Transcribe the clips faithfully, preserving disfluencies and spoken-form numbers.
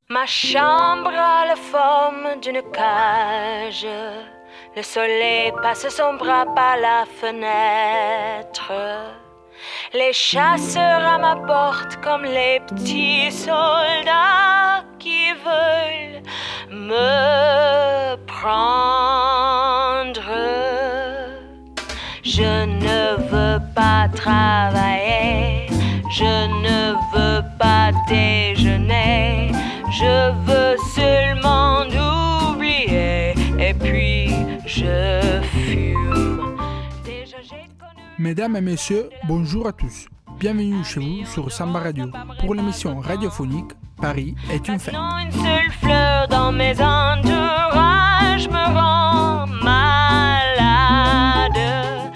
Ma chambre a la forme d'une cage. Le soleil passe son bras par la fenêtre. Les chasseurs à ma porte comme les petits soldats qui veulent me prendre. Je ne veux pas travailler, je ne veux pas déjeuner, je veux seulement oublier et puis je fume. Déjà j'ai connu... Mesdames et messieurs, bonjour à tous. Bienvenue chez vous sur Samba Radio pour l'émission radiophonique Paris est une fête. Maintenant une seule fleur dans mes entourages me rend malade.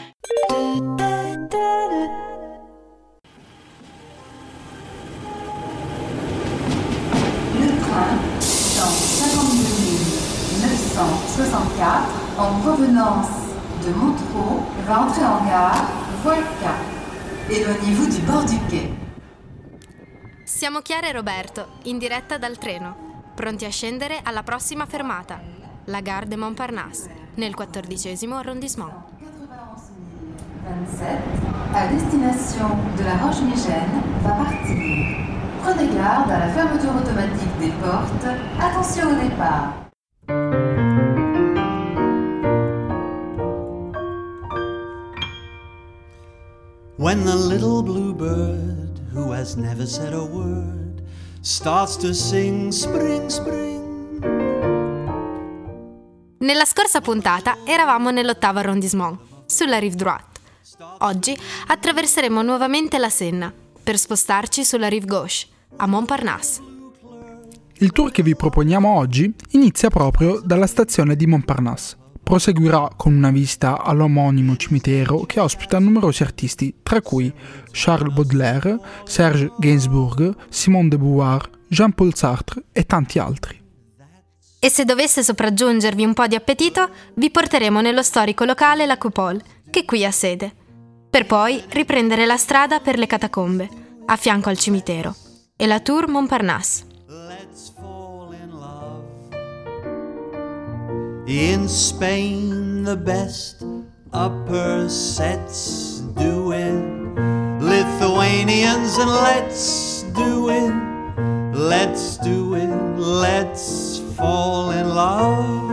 Le train cent cinquante-deux mille neuf cent soixante-quatre en provenance de Montereau va entrer en gare voie K. Éloignez-vous du bord du quai. Siamo Chiara e Roberto, in diretta dal treno, pronti a scendere alla prossima fermata, la Gare de Montparnasse, nel quattordicesimo arrondissement. vingt-sept, à destination de la Roche-Mégène, va partir. Prenez garde à la fermeture automatique des portes. Attention au départ. When the little bluebird, who has never said a word, starts to sing spring, spring. Nella scorsa puntata eravamo nell'ottavo arrondissement, sulla Rive Droite. Oggi attraverseremo nuovamente la Senna per spostarci sulla Rive Gauche, a Montparnasse. Il tour che vi proponiamo oggi inizia proprio dalla stazione di Montparnasse. Proseguirà con una visita all'omonimo cimitero che ospita numerosi artisti, tra cui Charles Baudelaire, Serge Gainsbourg, Simone de Beauvoir, Jean-Paul Sartre e tanti altri. E se dovesse sopraggiungervi un po' di appetito, vi porteremo nello storico locale La Coupole, che qui ha sede, per poi riprendere la strada per le catacombe, a fianco al cimitero, e la Tour Montparnasse. In Spain the best upper sets do it, Lithuanians, and let's do it, let's do it, let's fall in love.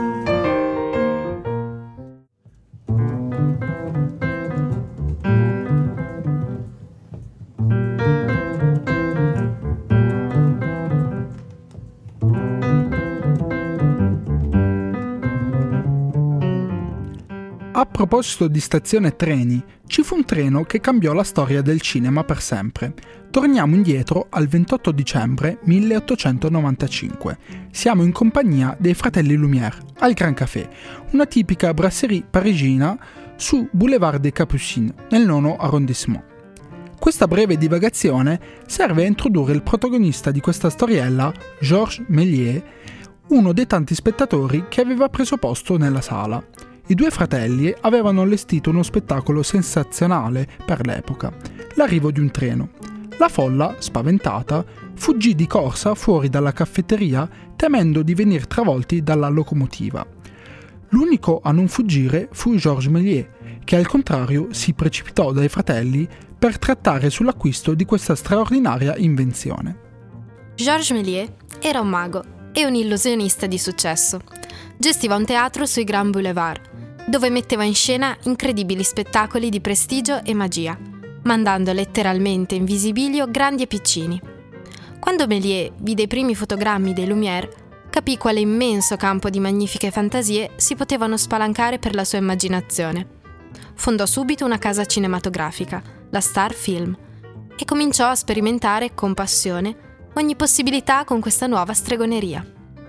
A proposito di stazione treni, ci fu un treno che cambiò la storia del cinema per sempre. Torniamo indietro al ventotto dicembre milleottocentonovantacinque. Siamo in compagnia dei fratelli Lumière, al Grand Café, una tipica brasserie parigina su Boulevard des Capucines, nel nono arrondissement. Questa breve divagazione serve a introdurre il protagonista di questa storiella, Georges Méliès, uno dei tanti spettatori che aveva preso posto nella sala. I due fratelli avevano allestito uno spettacolo sensazionale per l'epoca, l'arrivo di un treno. La folla, spaventata, fuggì di corsa fuori dalla caffetteria temendo di venir travolti dalla locomotiva. L'unico a non fuggire fu Georges Méliès, che al contrario si precipitò dai fratelli per trattare sull'acquisto di questa straordinaria invenzione. Georges Méliès era un mago e un illusionista di successo. Gestiva un teatro sui Grand Boulevard, dove metteva in scena incredibili spettacoli di prestigio e magia, mandando letteralmente in visibilio grandi e piccini. Quando Méliès vide i primi fotogrammi dei Lumière, capì quale immenso campo di magnifiche fantasie si potevano spalancare per la sua immaginazione. Fondò subito una casa cinematografica, la Star Film, e cominciò a sperimentare con passione ogni possibilità con questa nuova stregoneria.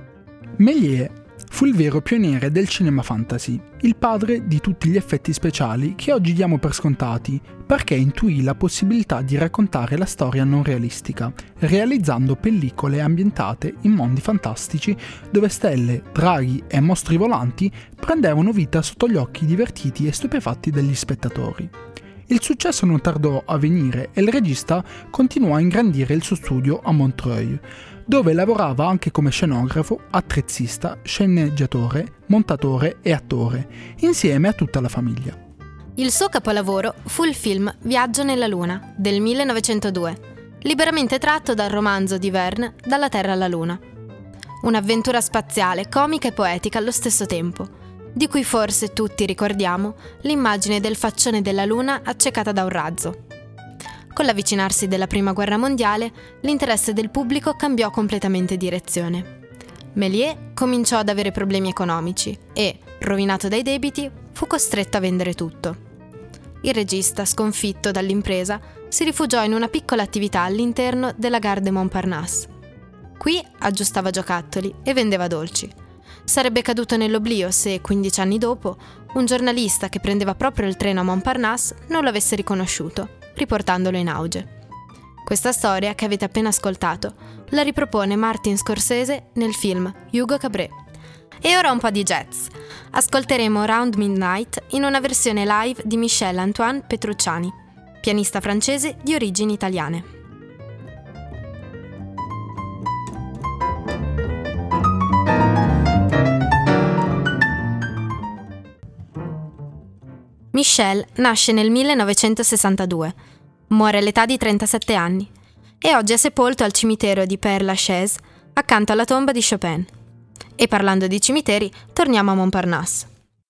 Méliès fu il vero pioniere del cinema fantasy, il padre di tutti gli effetti speciali che oggi diamo per scontati, perché intuì la possibilità di raccontare la storia non realistica, realizzando pellicole ambientate in mondi fantastici dove stelle, draghi e mostri volanti prendevano vita sotto gli occhi divertiti e stupefatti degli spettatori. Il successo non tardò a venire e il regista continuò a ingrandire il suo studio a Montreuil, dove lavorava anche come scenografo, attrezzista, sceneggiatore, montatore e attore, insieme a tutta la famiglia. Il suo capolavoro fu il film Viaggio nella Luna del millenovecentodue, liberamente tratto dal romanzo di Verne Dalla Terra alla Luna. Un'avventura spaziale, comica e poetica allo stesso tempo, di cui forse tutti ricordiamo l'immagine del faccione della Luna accecata da un razzo. Con l'avvicinarsi della Prima Guerra Mondiale, l'interesse del pubblico cambiò completamente direzione. Méliès cominciò ad avere problemi economici e, rovinato dai debiti, fu costretto a vendere tutto. Il regista, sconfitto dall'impresa, si rifugiò in una piccola attività all'interno della Gare de Montparnasse. Qui aggiustava giocattoli e vendeva dolci. Sarebbe caduto nell'oblio se, quindici anni dopo, un giornalista che prendeva proprio il treno a Montparnasse non lo avesse riconosciuto, riportandolo in auge. Questa storia, che avete appena ascoltato, la ripropone Martin Scorsese nel film Hugo Cabret. E ora un po' di jazz. Ascolteremo Round Midnight in una versione live di Michel-Antoine Petrucciani, pianista francese di origini italiane. Michel nasce nel millenovecentosessantadue, muore all'età di trentasette anni e oggi è sepolto al cimitero di Père-Lachaise accanto alla tomba di Chopin. E parlando di cimiteri, torniamo a Montparnasse.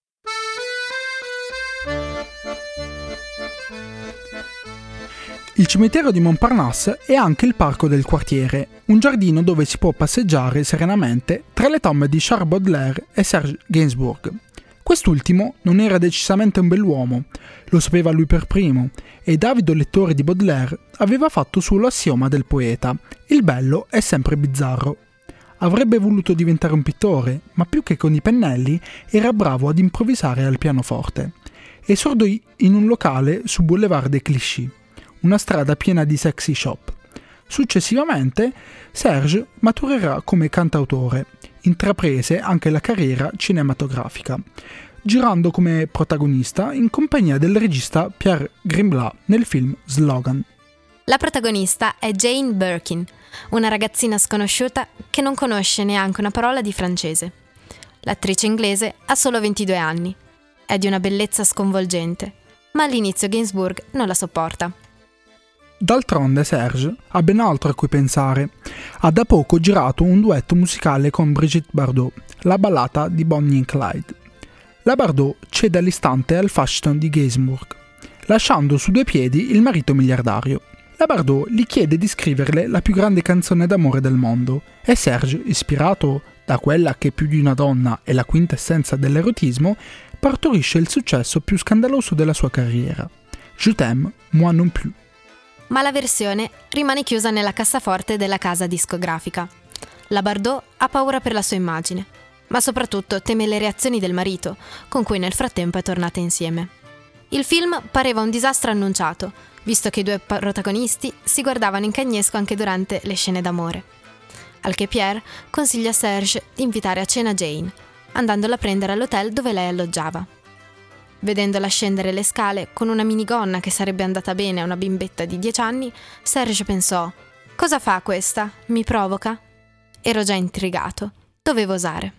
Il cimitero di Montparnasse è anche il parco del quartiere, un giardino dove si può passeggiare serenamente tra le tombe di Charles Baudelaire e Serge Gainsbourg. Quest'ultimo non era decisamente un bell'uomo, lo sapeva lui per primo, e Davido, lettore di Baudelaire, aveva fatto suo l'assioma del poeta: il bello è sempre bizzarro. Avrebbe voluto diventare un pittore, ma più che con i pennelli era bravo ad improvvisare al pianoforte. Esordì in un locale su Boulevard des Clichy, una strada piena di sexy shop. Successivamente Serge maturerà come cantautore, intraprese anche la carriera cinematografica, girando come protagonista in compagnia del regista Pierre Grimblat nel film Slogan. La protagonista è Jane Birkin, una ragazzina sconosciuta che non conosce neanche una parola di francese. L'attrice inglese ha solo ventidue anni, è di una bellezza sconvolgente, ma all'inizio Gainsbourg non la sopporta. D'altronde Serge ha ben altro a cui pensare. Ha da poco girato un duetto musicale con Brigitte Bardot, la ballata di Bonnie and Clyde. La Bardot cede all'istante al fashion di Gainsbourg, lasciando su due piedi il marito miliardario. La Bardot gli chiede di scriverle la più grande canzone d'amore del mondo e Serge, ispirato da quella che più di una donna è la quintessenza dell'erotismo, partorisce il successo più scandaloso della sua carriera: Je t'aime, moi non plus. Ma la versione rimane chiusa nella cassaforte della casa discografica. La Bardot ha paura per la sua immagine, ma soprattutto teme le reazioni del marito, con cui nel frattempo è tornata insieme. Il film pareva un disastro annunciato, visto che i due protagonisti si guardavano in cagnesco anche durante le scene d'amore. Al che Pierre consiglia a Serge di invitare a cena Jane, andandola a prendere all'hotel dove lei alloggiava. Vedendola scendere le scale con una minigonna che sarebbe andata bene a una bimbetta di dieci anni, Serge pensò: cosa fa questa? Mi provoca? Ero già intrigato. Dovevo osare.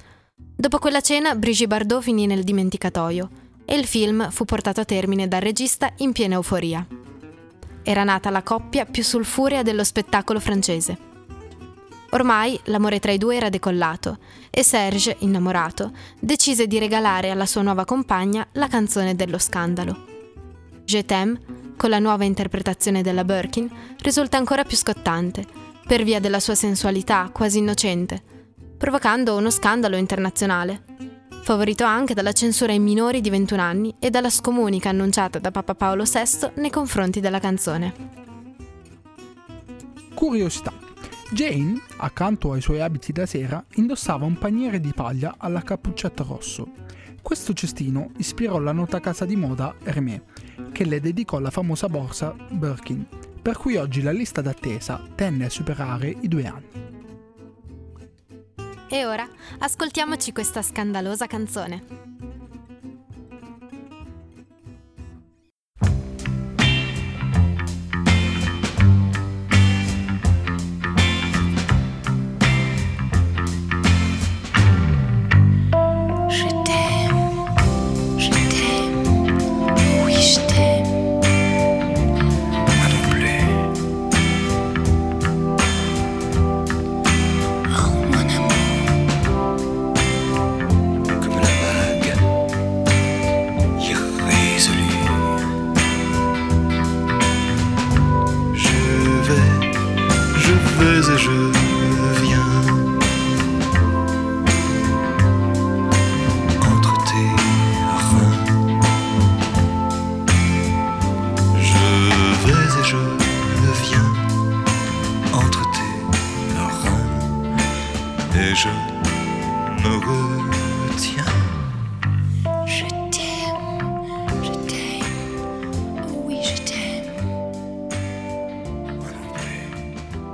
Dopo quella cena Brigitte Bardot finì nel dimenticatoio e il film fu portato a termine dal regista in piena euforia. Era nata la coppia più sulfurea dello spettacolo francese. Ormai l'amore tra i due era decollato e Serge, innamorato, decise di regalare alla sua nuova compagna la canzone dello scandalo. Je t'aime, con la nuova interpretazione della Birkin, risulta ancora più scottante, per via della sua sensualità quasi innocente, provocando uno scandalo internazionale, favorito anche dalla censura ai minori di ventuno anni e dalla scomunica annunciata da Papa Paolo sesto nei confronti della canzone. Curiosità. Jane, accanto ai suoi abiti da sera, indossava un paniere di paglia alla cappuccetto rosso. Questo cestino ispirò la nota casa di moda Hermès, che le dedicò la famosa borsa Birkin, per cui oggi la lista d'attesa tenne a superare i due anni. E ora ascoltiamoci questa scandalosa canzone. et je me retiens. Je t'aime, je t'aime, oh oui je t'aime. Moi non plus.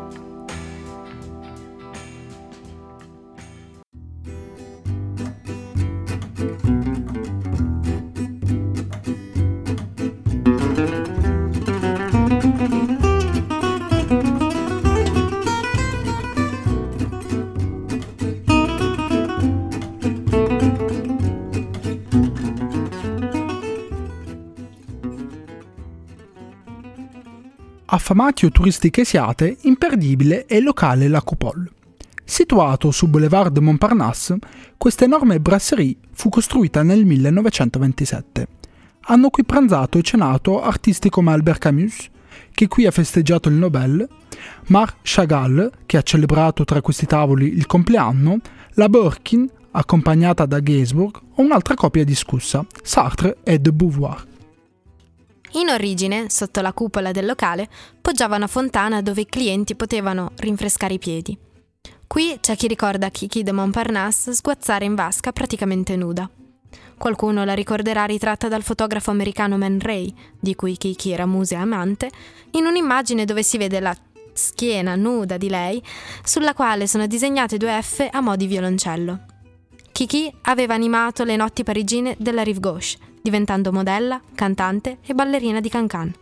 Affamati o turistiche siate, imperdibile è il locale La Coupole. Situato su Boulevard de Montparnasse, questa enorme brasserie fu costruita nel millenovecentoventisette. Hanno qui pranzato e cenato artisti come Albert Camus, che qui ha festeggiato il Nobel, Marc Chagall, che ha celebrato tra questi tavoli il compleanno, la Birkin, accompagnata da Gainsbourg, o un'altra coppia discussa, Sartre e de Beauvoir. In origine, sotto la cupola del locale, poggiava una fontana dove i clienti potevano rinfrescare i piedi. Qui c'è chi ricorda Kiki de Montparnasse sguazzare in vasca praticamente nuda. Qualcuno la ricorderà ritratta dal fotografo americano Man Ray, di cui Kiki era musa e amante, in un'immagine dove si vede la schiena nuda di lei, sulla quale sono disegnate due F a mo' di violoncello. Kiki aveva animato le notti parigine della Rive Gauche, diventando modella, cantante e ballerina di cancan.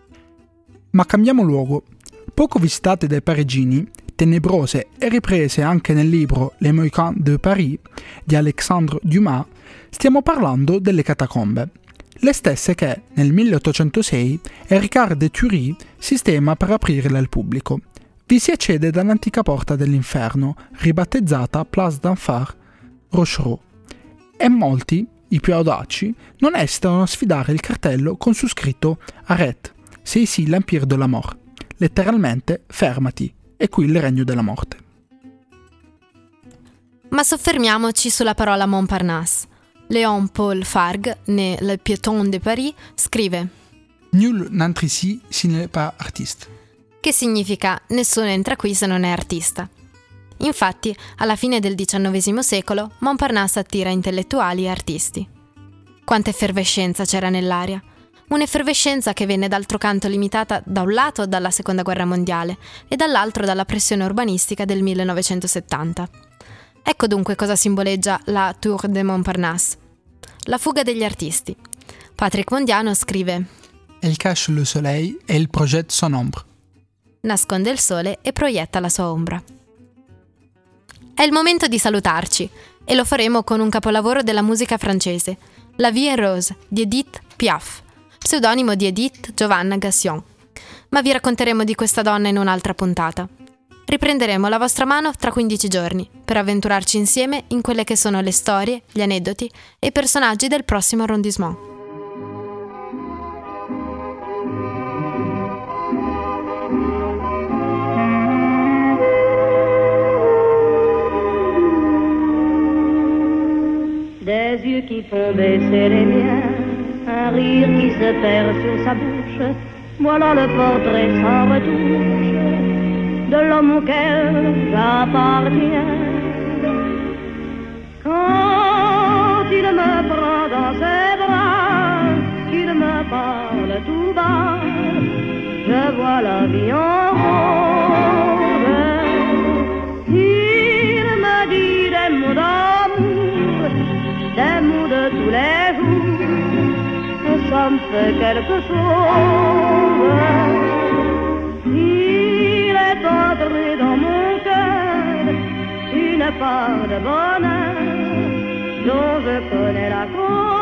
Ma cambiamo luogo. Poco visitate dai parigini, tenebrose e riprese anche nel libro Les Mohicans de Paris di Alexandre Dumas, stiamo parlando delle catacombe, le stesse che nel milleottocentosei Ricard de Thury sistema per aprirle al pubblico. Vi si accede dall'antica porta dell'inferno, ribattezzata Place d'Enfer Rochereau, e molti, i più audaci, non esitano a sfidare il cartello con su scritto Arrête, c'est ici l'Empire de la Mort, letteralmente fermati, è qui il regno della morte. Ma soffermiamoci sulla parola Montparnasse. Léon Paul Fargue, né Le Piéton de Paris, scrive Nul n'entre ici si n'est pas artiste. Che significa nessuno entra qui se non è artista. Infatti, alla fine del diciannovesimo secolo, Montparnasse attira intellettuali e artisti. Quanta effervescenza c'era nell'aria! Un'effervescenza che venne d'altro canto limitata da un lato dalla Seconda Guerra Mondiale e dall'altro dalla pressione urbanistica del millenovecentosettanta. Ecco dunque cosa simboleggia la Tour de Montparnasse. La fuga degli artisti. Patrick Mondiano scrive Elle cache le soleil et elle projette son ombre. Nasconde il sole e proietta la sua ombra. È il momento di salutarci e lo faremo con un capolavoro della musica francese, La Vie en Rose di Edith Piaf, pseudonimo di Edith Giovanna Gassion. Ma vi racconteremo di questa donna in un'altra puntata. Riprenderemo la vostra mano tra quindici giorni per avventurarci insieme in quelle che sono le storie, gli aneddoti e i personaggi del prossimo arrondissement. Des yeux qui font baisser les miens, un rire qui se perd sur sa bouche, voilà le portrait sans retouche de l'homme auquel j'appartiens. Quand il me prend dans ses bras, qu'il me parle tout bas, je vois la vie en rose. Il me dit des mots d'amour, des mots de tous les jours, et ça me fait quelque chose. Il est entré dans mon cœur une part de bonheur dont je connais la cause.